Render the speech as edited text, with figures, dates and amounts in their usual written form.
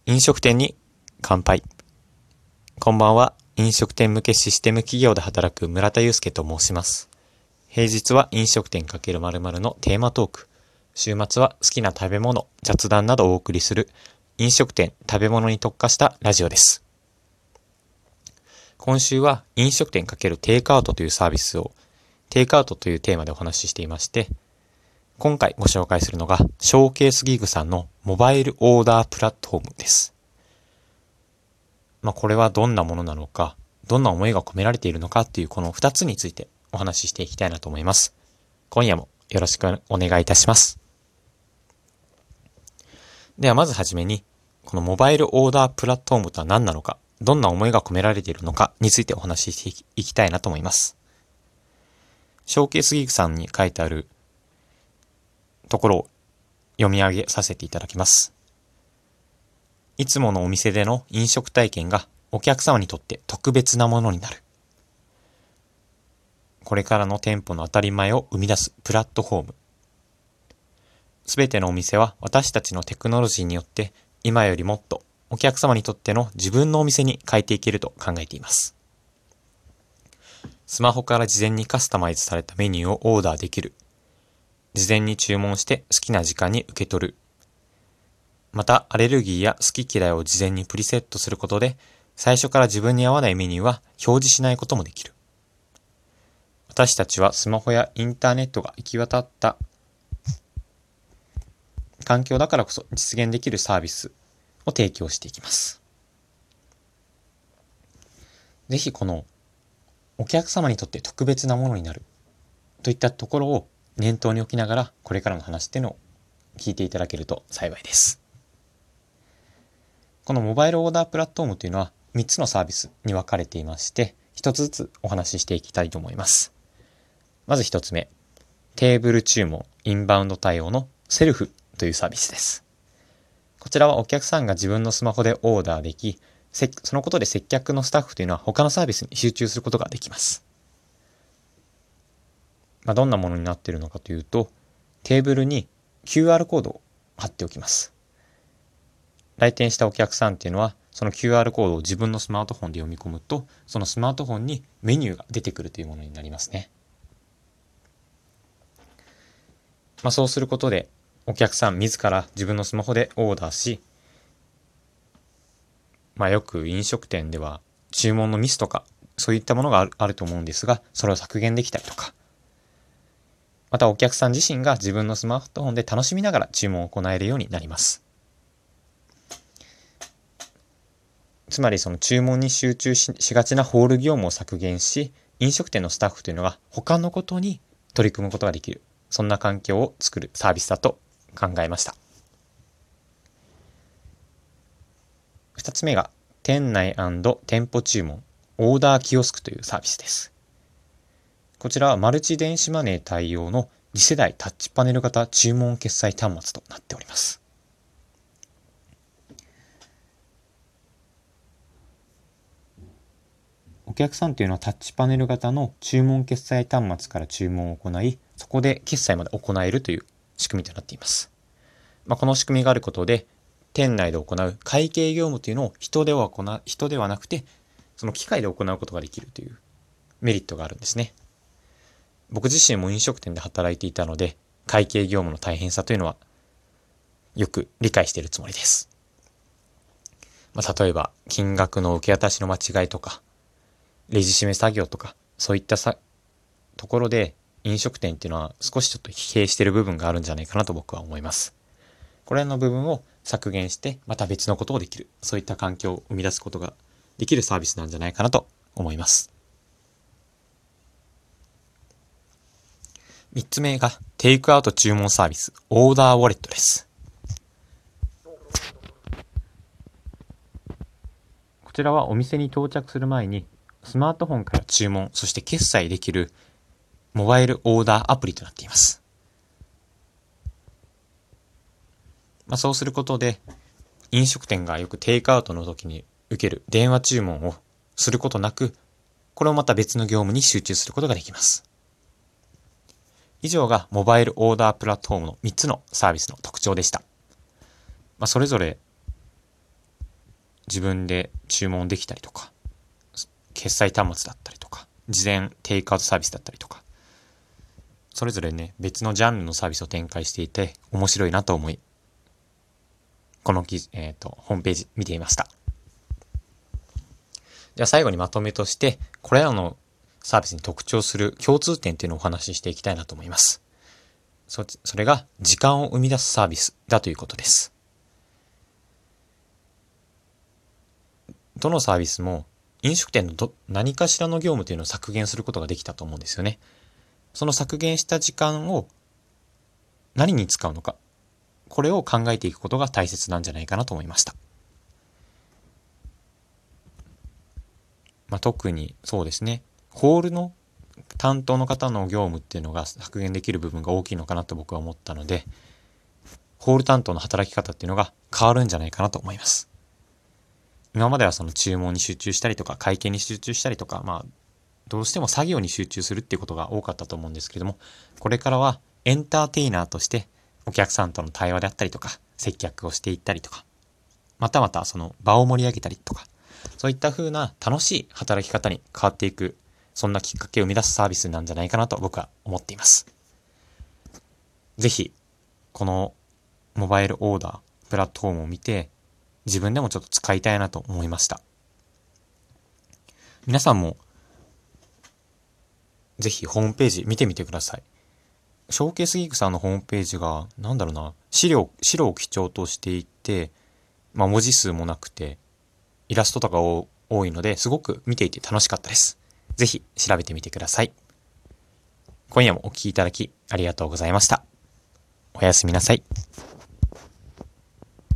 飲食店に乾杯。こんばんは。飲食店向けシステム企業で働く村田祐介と申します。平日は飲食店×〇〇のテーマトーク。週末は好きな食べ物、雑談などをお送りする飲食店、食べ物に特化したラジオです。今週は飲食店×テイクアウトというサービスをテイクアウトというテーマでお話ししていまして、今回ご紹介するのがショーケースギグさんのモバイルオーダープラットフォームです。これはどんなものなのか、どんな思いが込められているのかっていうこの2つについてお話ししていきたいなと思います。今夜もよろしくお願いいたします。ではまずはじめに、このモバイルオーダープラットフォームとは何なのか、どんな思いが込められているのかについてお話ししていきたいなと思います。ショーケースギグさんに書いてあるところを読み上げさせていただきます。いつものお店での飲食体験がお客様にとって特別なものになる。これからの店舗の当たり前を生み出すプラットフォーム。すべてのお店は私たちのテクノロジーによって今よりもっとお客様にとっての自分のお店に変えていけると考えています。スマホから事前にカスタマイズされたメニューをオーダーできる。事前に注文して好きな時間に受け取る。また、アレルギーや好き嫌いを事前にプリセットすることで、最初から自分に合わないメニューは表示しないこともできる。私たちはスマホやインターネットが行き渡った環境だからこそ実現できるサービスを提供していきます。ぜひこのお客様にとって特別なものになるといったところを念頭に置きながら、これからの話っていうのを聞いていただけると幸いです。このモバイルオーダープラットフォームというのは3つのサービスに分かれていまして、1つずつお話ししていきたいと思います。まず1つ目、テーブル注文インバウンド対応のセルフというサービスです。こちらはお客さんが自分のスマホでオーダーでき、そのことで接客のスタッフというのは他のサービスに集中することができます。どんなものになっているのかというと、テーブルに QR コードを貼っておきます。来店したお客さんっていうのは、その QR コードを自分のスマートフォンで読み込むと、そのスマートフォンにメニューが出てくるというものになりますね。そうすることで、お客さん自ら自分のスマホでオーダーし、よく飲食店では注文のミスとか、そういったものがあると思うんですが、それを削減できたりとか、またお客さん自身が自分のスマートフォンで楽しみながら注文を行えるようになります。つまりその注文に集中 しがちなホール業務を削減し、飲食店のスタッフというのが他のことに取り組むことができる、そんな環境を作るサービスだと考えました。2つ目が店内&店舗注文オーダーキオスクというサービスです。こちらはマルチ電子マネー対応の次世代タッチパネル型注文決済端末となっております。お客さんというのはタッチパネル型の注文決済端末から注文を行い、そこで決済まで行えるという仕組みとなっています。この仕組みがあることで、店内で行う会計業務というのを人ではなくて、その機械で行うことができるというメリットがあるんですね。僕自身も飲食店で働いていたので、会計業務の大変さというのはよく理解しているつもりです。例えば金額の受け渡しの間違いとか、レジ締め作業とか、そういったところで飲食店っていうのは少しちょっと疲弊している部分があるんじゃないかなと僕は思います。これらの部分を削減してまた別のことをできる、そういった環境を生み出すことができるサービスなんじゃないかなと思います。3つ目がテイクアウト注文サービスオーダーウォレットです。こちらはお店に到着する前にスマートフォンから注文、そして決済できるモバイルオーダーアプリとなっています。そうすることで飲食店がよくテイクアウトの時に受ける電話注文をすることなく、これをまた別の業務に集中することができます。以上がモバイルオーダープラットフォームの3つのサービスの特徴でした。それぞれ自分で注文できたりとか、決済端末だったりとか、事前テイクアウトサービスだったりとか、それぞれね、別のジャンルのサービスを展開していて面白いなと思い、このホームページ見ていました。じゃあ最後にまとめとして、これらのサービスに特徴する共通点っていうのをお話ししていきたいなと思います。それが時間を生み出すサービスだということです。どのサービスも飲食店の何かしらの業務というのを削減することができたと思うんですよね。その削減した時間を何に使うのか、これを考えていくことが大切なんじゃないかなと思いました。特にそうですね、ホールの担当の方の業務っていうのが削減できる部分が大きいのかなと僕は思ったので、ホール担当の働き方っていうのが変わるんじゃないかなと思います。今まではその注文に集中したりとか、会計に集中したりとか、どうしても作業に集中するっていうことが多かったと思うんですけれども、これからはエンターテイナーとしてお客さんとの対話であったりとか、接客をしていったりとか、またその場を盛り上げたりとか、そういった風な楽しい働き方に変わっていく、そんなきっかけを生み出すサービスなんじゃないかなと僕は思っています。ぜひ、このモバイルオーダープラットフォームを見て、自分でもちょっと使いたいなと思いました。皆さんもぜひホームページ見てみてください。ショーケースギークさんのホームページが白を基調としていて、文字数もなくてイラストとか多いので、すごく見ていて楽しかったです。ぜひ調べてみてください。今夜もお聞きいただきありがとうございました。おやすみなさい。